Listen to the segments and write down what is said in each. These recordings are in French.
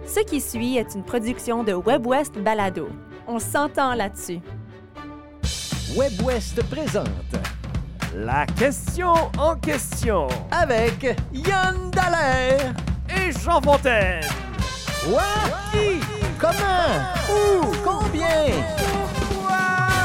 Ce qui suit est une production de WebWest Balado. On s'entend là-dessus. WebWest présente La question en question avec Yann Dallaire et Jean Fontaine. Quoi? Qui? Comment? Où? Combien? Pourquoi?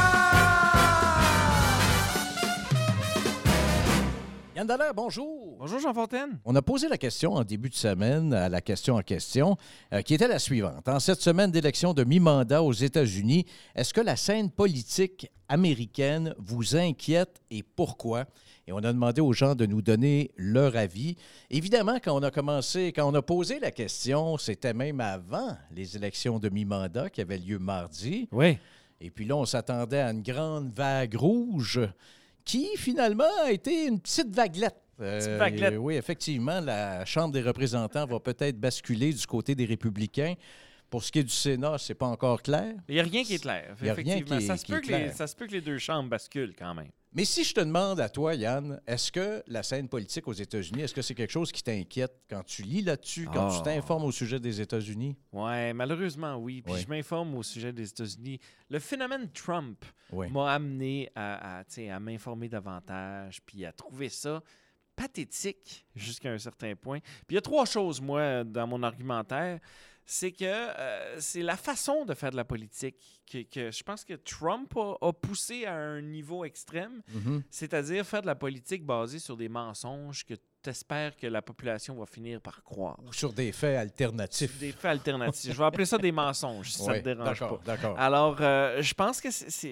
Yann Dallaire, bonjour. Bonjour Jean Fontaine. On a posé la question en début de semaine à la question en question, qui était la suivante. En cette semaine d'élection de mi-mandat aux États-Unis, est-ce que la scène politique américaine vous inquiète et pourquoi? Et on a demandé aux gens de nous donner leur avis. Évidemment, quand on a posé la question, c'était même avant les élections de mi-mandat qui avaient lieu mardi. Oui. Et puis là, on s'attendait à une grande vague rouge qui, finalement, a été une petite vaguelette. Oui, effectivement, la Chambre des représentants va peut-être basculer du côté des républicains. Pour ce qui est du Sénat, c'est pas encore clair. Il n'y a rien qui est clair, effectivement. Ça se peut que les deux chambres basculent quand même. Mais si je te demande à toi, Yann, est-ce que la scène politique aux États-Unis, est-ce que c'est quelque chose qui t'inquiète quand tu lis là-dessus, quand tu t'informes au sujet des États-Unis? Oui, malheureusement, oui. Puis je m'informe au sujet des États-Unis. Le phénomène Trump m'a amené à m'informer davantage puis à trouver ça pathétique jusqu'à un certain point. Puis il y a trois choses, moi, dans mon argumentaire. C'est que c'est la façon de faire de la politique que je pense que Trump a poussé à un niveau extrême, c'est-à-dire faire de la politique basée sur des mensonges que tu espères que la population va finir par croire. Ou sur des faits alternatifs. Des faits alternatifs. Je vais appeler ça des mensonges, si ça ne te dérange pas. D'accord. Alors, je pense que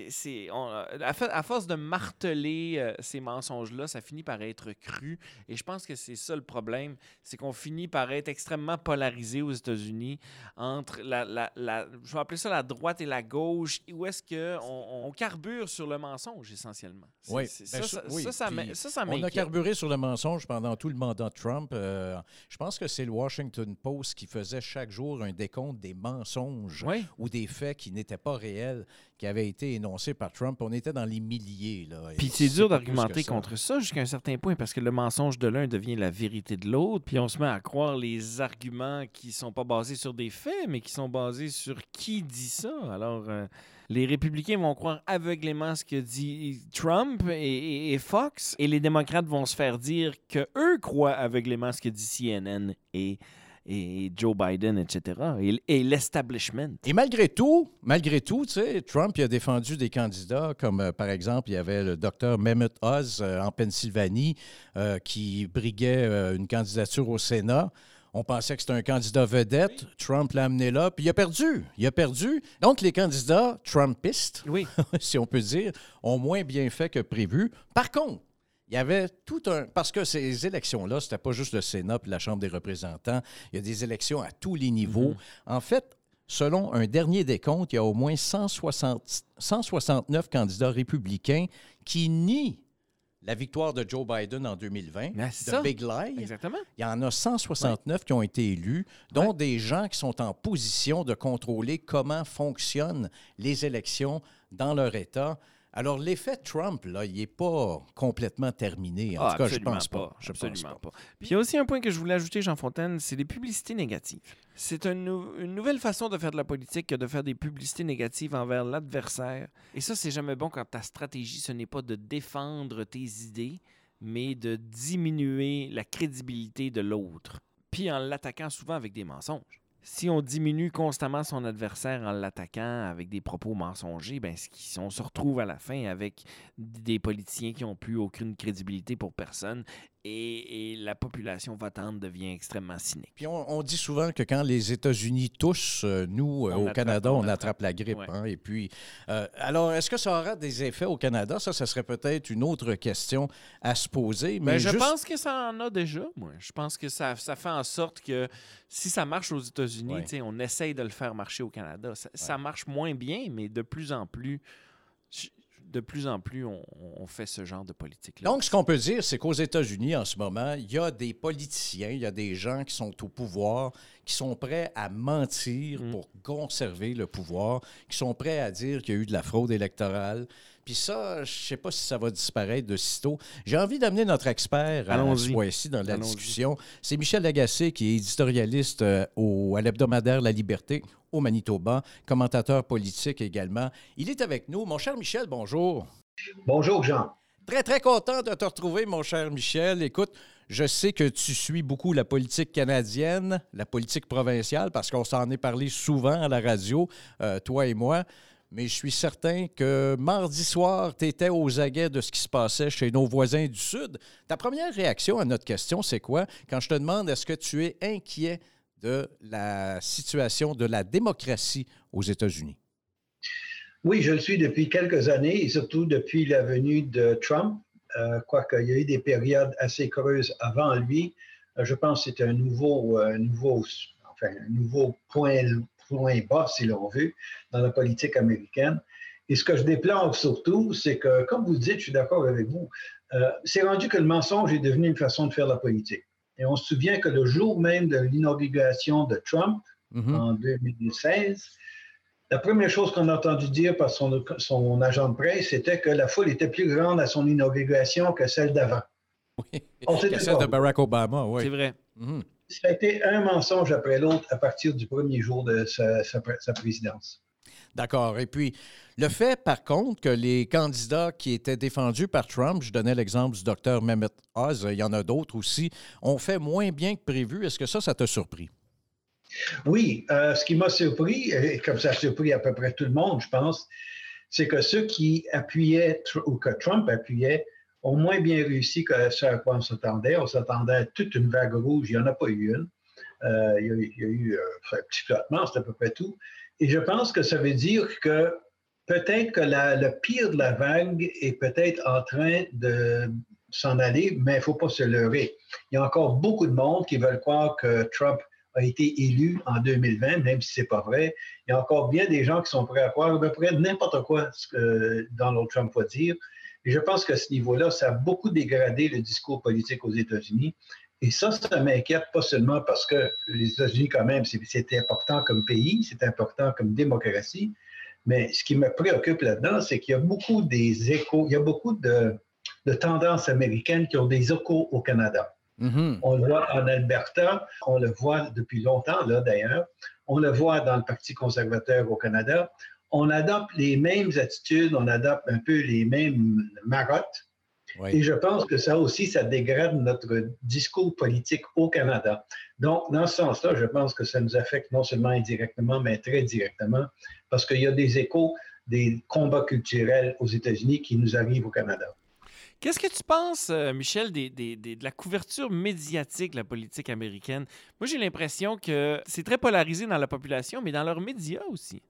à force de marteler ces mensonges-là, ça finit par être cru. Et je pense que c'est ça le problème, c'est qu'on finit par être extrêmement polarisé aux États-Unis entre je vais appeler ça la droite et la gauche, où est-ce qu'on carbure sur le mensonge, essentiellement. Ça m'inquiète. On a carburé sur le mensonge pendant tout le mandat de Trump. Je pense que c'est le Washington Post qui faisait chaque jour un décompte des mensonges ou des faits qui n'étaient pas réels, qui avaient été énoncés par Trump. On était dans les milliers. Puis c'est dur d'argumenter contre ça jusqu'à un certain point, parce que le mensonge de l'un devient la vérité de l'autre, puis on se met à croire les arguments qui sont pas basés sur des faits, mais qui sont basés sur qui dit ça. Alors, les républicains vont croire aveuglément ce que dit Trump et Fox, et les démocrates vont se faire dire qu'eux croient aveuglément ce que dit CNN et Joe Biden, etc., et l'establishment. Et malgré tout, tu sais, Trump il a défendu des candidats comme, par exemple, il y avait le docteur Mehmet Oz en Pennsylvanie qui briguait une candidature au Sénat. On pensait que c'était un candidat vedette. Oui. Trump l'a amené là, puis il a perdu. Donc, les candidats Trumpistes, si on peut dire, ont moins bien fait que prévu. Par contre, il y avait parce que ces élections-là, c'était pas juste le Sénat puis la Chambre des représentants. Il y a des élections à tous les niveaux. En fait, selon un dernier décompte, il y a au moins 169 candidats républicains qui nient la victoire de Joe Biden en 2020, Big Lie. Exactement. Il y en a 169 qui ont été élus, dont des gens qui sont en position de contrôler comment fonctionnent les élections dans leur État. Alors, l'effet Trump, là, il n'est pas complètement terminé. En tout cas, je pense pas. Absolument pas. Puis il y a aussi un point que je voulais ajouter, Jean Fontaine, c'est les publicités négatives. C'est une nouvelle façon de faire de la politique que de faire des publicités négatives envers l'adversaire. Et ça, c'est jamais bon quand ta stratégie, ce n'est pas de défendre tes idées, mais de diminuer la crédibilité de l'autre. Puis en l'attaquant souvent avec des mensonges. Si on diminue constamment son adversaire en l'attaquant avec des propos mensongers, on se retrouve à la fin avec des politiciens qui n'ont plus aucune crédibilité pour personne et la population votante devient extrêmement cynique. Puis on dit souvent que quand les États-Unis toussent, nous, au Canada, on attrape la grippe. Ouais. Hein? Et puis, alors, est-ce que ça aura des effets au Canada? Ça serait peut-être une autre question à se poser. Mais je pense que ça en a déjà, moi. Je pense que ça fait en sorte que si ça marche aux États-Unis, on essaye de le faire marcher au Canada. Ça marche moins bien, mais de plus en plus, on fait ce genre de politique-là. Donc, ce qu'on peut dire, c'est qu'aux États-Unis, en ce moment, il y a des politiciens, il y a des gens qui sont au pouvoir, qui sont prêts à mentir pour conserver le pouvoir, qui sont prêts à dire qu'il y a eu de la fraude électorale, Puis ça, je ne sais pas si ça va disparaître de sitôt. J'ai envie d'amener notre expert à ce fois-ci dans la discussion. C'est Michel Lagacé, qui est éditorialiste à l'hebdomadaire La Liberté au Manitoba, commentateur politique également. Il est avec nous. Mon cher Michel, bonjour. Bonjour, Jean. Très, très content de te retrouver, mon cher Michel. Écoute, je sais que tu suis beaucoup la politique canadienne, la politique provinciale, parce qu'on s'en est parlé souvent à la radio, toi et moi. Mais je suis certain que mardi soir, tu étais aux aguets de ce qui se passait chez nos voisins du Sud. Ta première réaction à notre question, c'est quoi? Quand je te demande, est-ce que tu es inquiet de la situation de la démocratie aux États-Unis? Oui, je le suis depuis quelques années et surtout depuis la venue de Trump. Quoique il y a eu des périodes assez creuses avant lui, je pense que c'est un nouveau point bas, si l'on veut, dans la politique américaine. Et ce que je déplore surtout, c'est que, comme vous dites, je suis d'accord avec vous, c'est rendu que le mensonge est devenu une façon de faire la politique. Et on se souvient que le jour même de l'inauguration de Trump, en 2016, la première chose qu'on a entendu dire par son agent de presse, c'était que la foule était plus grande à son inauguration que celle d'avant. Oui, que celle de Barack Obama, oui. C'est vrai. Ça a été un mensonge après l'autre à partir du premier jour de sa présidence. D'accord. Et puis, le fait, par contre, que les candidats qui étaient défendus par Trump, je donnais l'exemple du docteur Mehmet Oz, il y en a d'autres aussi, ont fait moins bien que prévu. Est-ce que ça t'a surpris? Oui, ce qui m'a surpris, et comme ça a surpris à peu près tout le monde, je pense, c'est que ceux qui appuyaient, ou que Trump appuyait, ont moins bien réussi que ce à quoi on s'attendait. On s'attendait à toute une vague rouge, il n'y en a pas eu une. Il y a eu un petit flottement, c'est à peu près tout. Et je pense que ça veut dire que peut-être que le pire de la vague est peut-être en train de s'en aller, mais il ne faut pas se leurrer. Il y a encore beaucoup de monde qui veulent croire que Trump a été élu en 2020, même si ce n'est pas vrai. Il y a encore bien des gens qui sont prêts à croire à peu près n'importe quoi ce que Donald Trump va dire. Et je pense qu'à ce niveau-là, ça a beaucoup dégradé le discours politique aux États-Unis. Et ça m'inquiète pas seulement parce que les États-Unis, quand même, c'est important comme pays, c'est important comme démocratie. Mais ce qui me préoccupe là-dedans, c'est qu'il y a beaucoup des échos, il y a beaucoup de tendances américaines qui ont des échos au Canada. Mm-hmm. On le voit en Alberta, on le voit depuis longtemps, là d'ailleurs. On le voit dans le Parti conservateur au Canada. On adopte les mêmes attitudes, on adopte un peu les mêmes marottes. Oui. Et je pense que ça aussi, ça dégrade notre discours politique au Canada. Donc, dans ce sens-là, je pense que ça nous affecte non seulement indirectement, mais très directement, parce qu'il y a des échos des combats culturels aux États-Unis qui nous arrivent au Canada. Qu'est-ce que tu penses, Michel, de la couverture médiatique de la politique américaine? Moi, j'ai l'impression que c'est très polarisé dans la population, mais dans leurs médias aussi.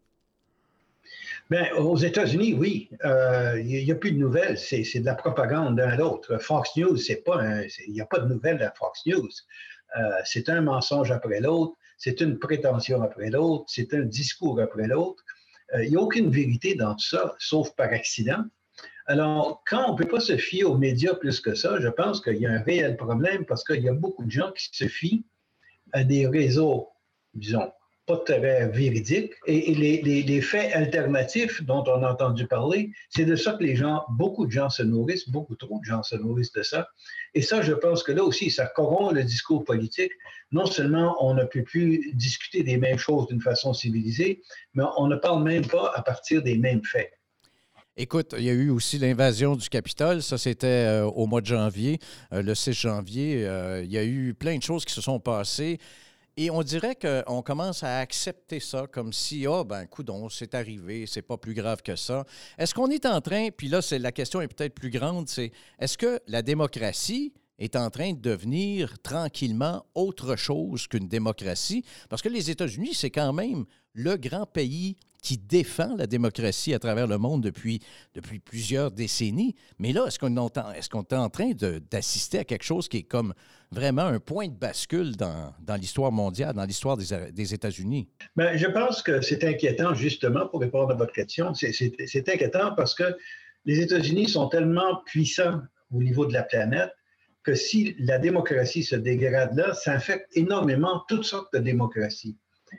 Bien, aux États-Unis, oui. Il n'y a plus de nouvelles. C'est de la propagande d'un à l'autre. Fox News, il n'y a pas de nouvelles à Fox News. C'est un mensonge après l'autre. C'est une prétention après l'autre. C'est un discours après l'autre. Il n'y a aucune vérité dans tout ça, sauf par accident. Alors, quand on ne peut pas se fier aux médias plus que ça, je pense qu'il y a un réel problème parce qu'il y a beaucoup de gens qui se fient à des réseaux, disons, pas très véridiques. Et les faits alternatifs dont on a entendu parler, c'est de ça que beaucoup de gens se nourrissent, beaucoup trop de gens se nourrissent de ça. Et ça, je pense que là aussi, ça corrompt le discours politique. Non seulement on ne peut plus discuter des mêmes choses d'une façon civilisée, mais on ne parle même pas à partir des mêmes faits. Écoute, il y a eu aussi l'invasion du Capitole. Ça, c'était au mois de janvier, le 6 janvier. Il y a eu plein de choses qui se sont passées. Et on dirait qu'on commence à accepter ça comme si, coudonc, c'est arrivé, c'est pas plus grave que ça. Est-ce qu'on est en train, puis là, la question est peut-être plus grande, c'est est-ce que la démocratie est en train de devenir tranquillement autre chose qu'une démocratie? Parce que les États-Unis, c'est quand même le grand pays qui défend la démocratie à travers le monde depuis plusieurs décennies. Mais là, est-ce qu'on est en train d'assister à quelque chose qui est comme vraiment un point de bascule dans l'histoire mondiale, dans l'histoire des États-Unis? Bien, je pense que c'est inquiétant, justement, pour répondre à votre question. C'est inquiétant parce que les États-Unis sont tellement puissants au niveau de la planète que si la démocratie se dégrade là, ça affecte énormément toutes sortes de démocraties.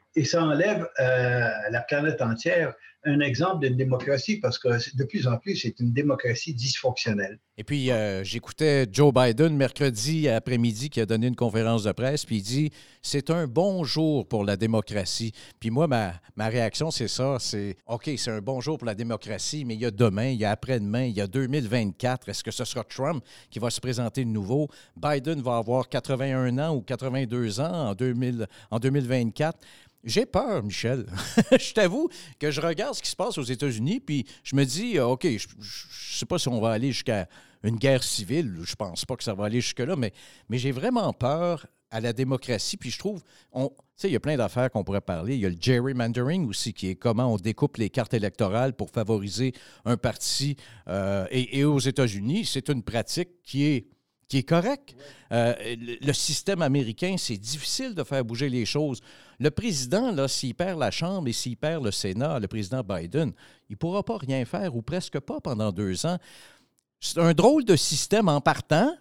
Et ça enlève à la planète entière un exemple d'une démocratie parce que de plus en plus, c'est une démocratie dysfonctionnelle. Et puis, j'écoutais Joe Biden mercredi après-midi qui a donné une conférence de presse, puis il dit « C'est un bon jour pour la démocratie ». Puis moi, ma réaction, c'est ça, c'est « OK, c'est un bon jour pour la démocratie, mais il y a demain, il y a après-demain, il y a 2024. Est-ce que ce sera Trump qui va se présenter de nouveau? Biden va avoir 81 ans ou 82 ans en 2024. » J'ai peur, Michel. Je t'avoue que je regarde ce qui se passe aux États-Unis, puis je me dis, OK, je ne sais pas si on va aller jusqu'à une guerre civile. Je pense pas que ça va aller jusque-là, mais j'ai vraiment peur à la démocratie. Puis je trouve, tu sais, il y a plein d'affaires qu'on pourrait parler. Il y a le gerrymandering aussi, qui est comment on découpe les cartes électorales pour favoriser un parti. Et aux États-Unis, c'est une pratique qui est correct. Le système américain, c'est difficile de faire bouger les choses. Le président, là, s'il perd la Chambre et s'il perd le Sénat, le président Biden, il ne pourra pas rien faire ou presque pas pendant 2 ans. C'est un drôle de système en partant.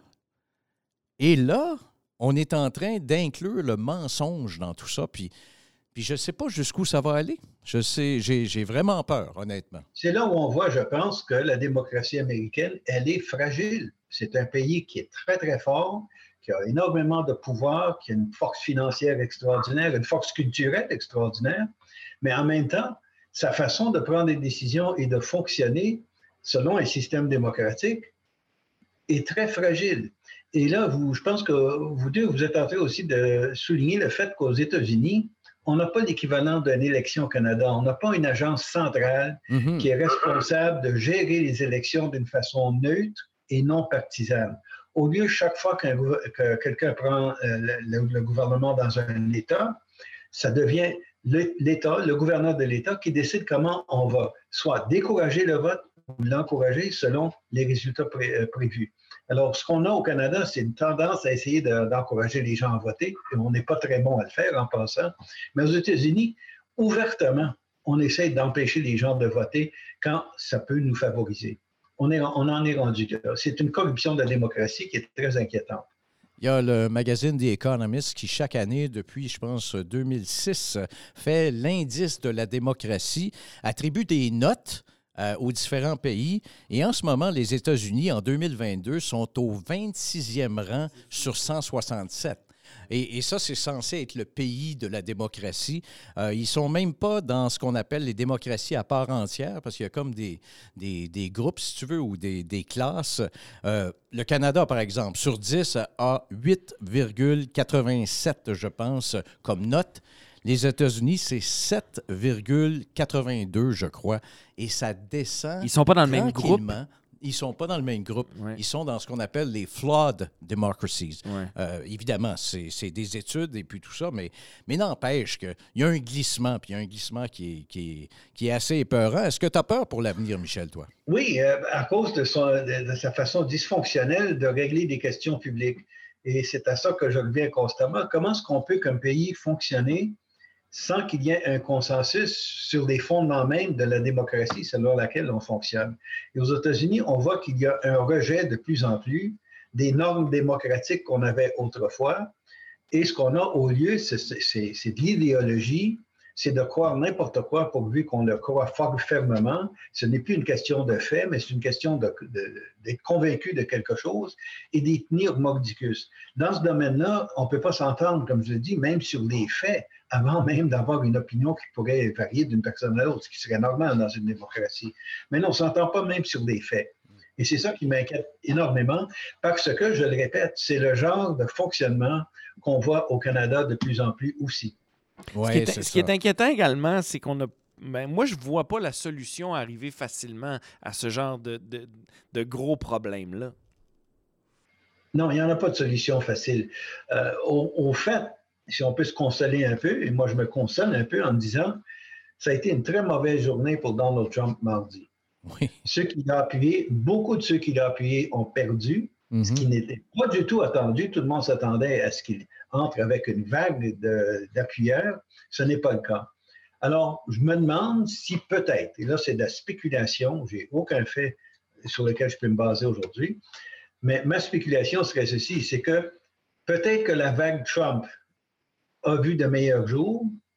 Et là, on est en train d'inclure le mensonge dans tout ça. Puis je ne sais pas jusqu'où ça va aller. J'ai vraiment peur, honnêtement. C'est là où on voit, je pense, que la démocratie américaine, elle est fragile. C'est un pays qui est très, très fort, qui a énormément de pouvoir, qui a une force financière extraordinaire, une force culturelle extraordinaire, mais en même temps, sa façon de prendre des décisions et de fonctionner selon un système démocratique est très fragile. Et là, je pense que vous deux, vous êtes en train aussi de souligner le fait qu'aux États-Unis, on n'a pas l'équivalent d'une élection au Canada. On n'a pas une agence centrale qui est responsable de gérer les élections d'une façon neutre et non partisane. Au lieu, chaque fois que quelqu'un prend le gouvernement dans un État, ça devient l'État, le gouverneur de l'État qui décide comment on va soit décourager le vote ou l'encourager selon les résultats prévus. Alors, ce qu'on a au Canada, c'est une tendance à essayer d'encourager les gens à voter, et on n'est pas très bon à le faire en passant. Mais aux États-Unis, ouvertement, on essaie d'empêcher les gens de voter quand ça peut nous favoriser. On en est rendu là. C'est une corruption de la démocratie qui est très inquiétante. Il y a le magazine The Economist qui, chaque année, depuis, je pense, 2006, fait l'indice de la démocratie, attribue des notes aux différents pays. Et en ce moment, les États-Unis, en 2022, sont au 26e rang sur 167. Et ça, c'est censé être le pays de la démocratie. Ils ne sont même pas dans ce qu'on appelle les démocraties à part entière, parce qu'il y a comme des groupes, si tu veux, ou des classes. Le Canada, par exemple, sur 10, a 8,87, je pense, comme note. Les États-Unis, c'est 7,82, je crois. Et ça descend. Ils ne sont pas dans le même groupe. Ils ne sont pas dans le même groupe. Ouais. Ils sont dans ce qu'on appelle les flawed democracies. Ouais. Évidemment, c'est des études et puis tout ça, mais n'empêche qu'il y a un glissement, puis il y a un glissement qui est assez épeurant. Est-ce que tu as peur pour l'avenir, Michel, toi? Oui, à cause de sa façon dysfonctionnelle de régler des questions publiques. Et c'est à ça que je reviens constamment. Comment est-ce qu'on peut, comme pays, fonctionner sans qu'il y ait un consensus sur les fondements même de la démocratie selon laquelle on fonctionne? Et aux États-Unis, on voit qu'il y a un rejet de plus en plus des normes démocratiques qu'on avait autrefois. Et ce qu'on a au lieu, c'est de l'idéologie, c'est de croire n'importe quoi pourvu qu'on le croit fermement. Ce n'est plus une question de fait, mais c'est une question d'être convaincu de quelque chose et d'y tenir mordicus. Dans ce domaine-là, on ne peut pas s'entendre, comme je le dis, même sur les faits, avant même d'avoir une opinion qui pourrait varier d'une personne à l'autre, ce qui serait normal dans une démocratie. Mais non, on ne s'entend pas même sur les faits. Et c'est ça qui m'inquiète énormément, parce que, je le répète, c'est le genre de fonctionnement qu'on voit au Canada de plus en plus aussi. Ouais, ce qui est inquiétant également, c'est qu'on a... moi, je ne vois pas la solution arriver facilement à ce genre de gros problèmes-là. Non, il n'y en a pas de solution facile. Au fait, si on peut se consoler un peu, et moi je me console un peu en me disant, ça a été une très mauvaise journée pour Donald Trump mardi. Oui. Ceux qui l'ont appuyé, beaucoup de ceux qui l'ont appuyé ont perdu, ce qui n'était pas du tout attendu. Tout le monde s'attendait à ce qu'il entre avec une vague d'appuyeurs. Ce n'est pas le cas. Alors, je me demande si peut-être, et là c'est de la spéculation, je n'ai aucun fait sur lequel je peux me baser aujourd'hui, mais ma spéculation serait ceci, c'est que peut-être que la vague Trump a vu de meilleurs jours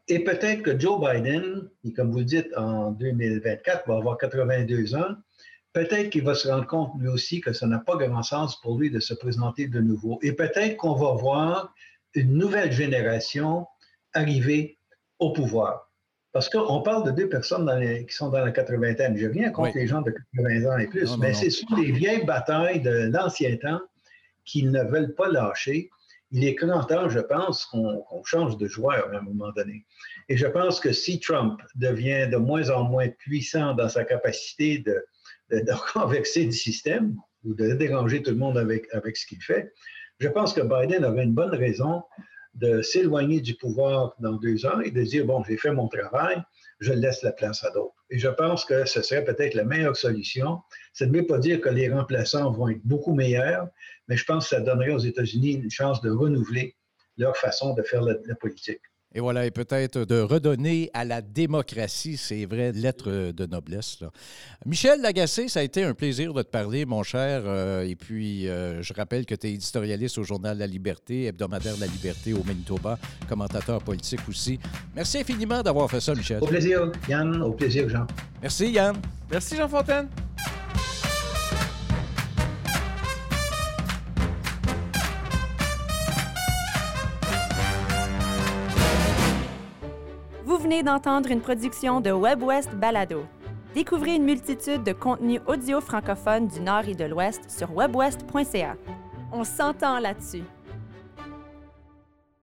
Et peut-être que Joe Biden, et comme vous le dites, en 2024, va avoir 82 ans. Peut-être qu'il va se rendre compte lui aussi que ça n'a pas grand sens pour lui de se présenter de nouveau. Et peut-être qu'on va voir une nouvelle génération arriver au pouvoir. Parce qu'on parle de 2 personnes qui sont dans la 80e. Je n'ai rien contre les gens de 80 ans et plus, mais ce sont les vieilles batailles de l'ancien temps qu'ils ne veulent pas lâcher. Il est grand temps, je pense, qu'on change de joueur à un moment donné. Et je pense que si Trump devient de moins en moins puissant dans sa capacité de convexer du système ou de déranger tout le monde avec ce qu'il fait, je pense que Biden avait une bonne raison de s'éloigner du pouvoir dans 2 ans et de dire, bon, j'ai fait mon travail, je laisse la place à d'autres. Et je pense que ce serait peut-être la meilleure solution. Ça ne veut pas dire que les remplaçants vont être beaucoup meilleurs, mais je pense que ça donnerait aux États-Unis une chance de renouveler leur façon de faire la politique. Et voilà, et peut-être de redonner à la démocratie ses vraies lettres de noblesse, là. Michel Lagacé, ça a été un plaisir de te parler, mon cher. Et puis, je rappelle que tu es éditorialiste au Journal La Liberté, hebdomadaire La Liberté au Manitoba, commentateur politique aussi. Merci infiniment d'avoir fait ça, Michel. Au plaisir, Yann. Au plaisir, Jean. Merci, Yann. Merci, Jean Fontaine. Vous venez d'entendre une production de WebWest Balado. Découvrez une multitude de contenus audio francophones du Nord et de l'Ouest sur webwest.ca. On s'entend là-dessus.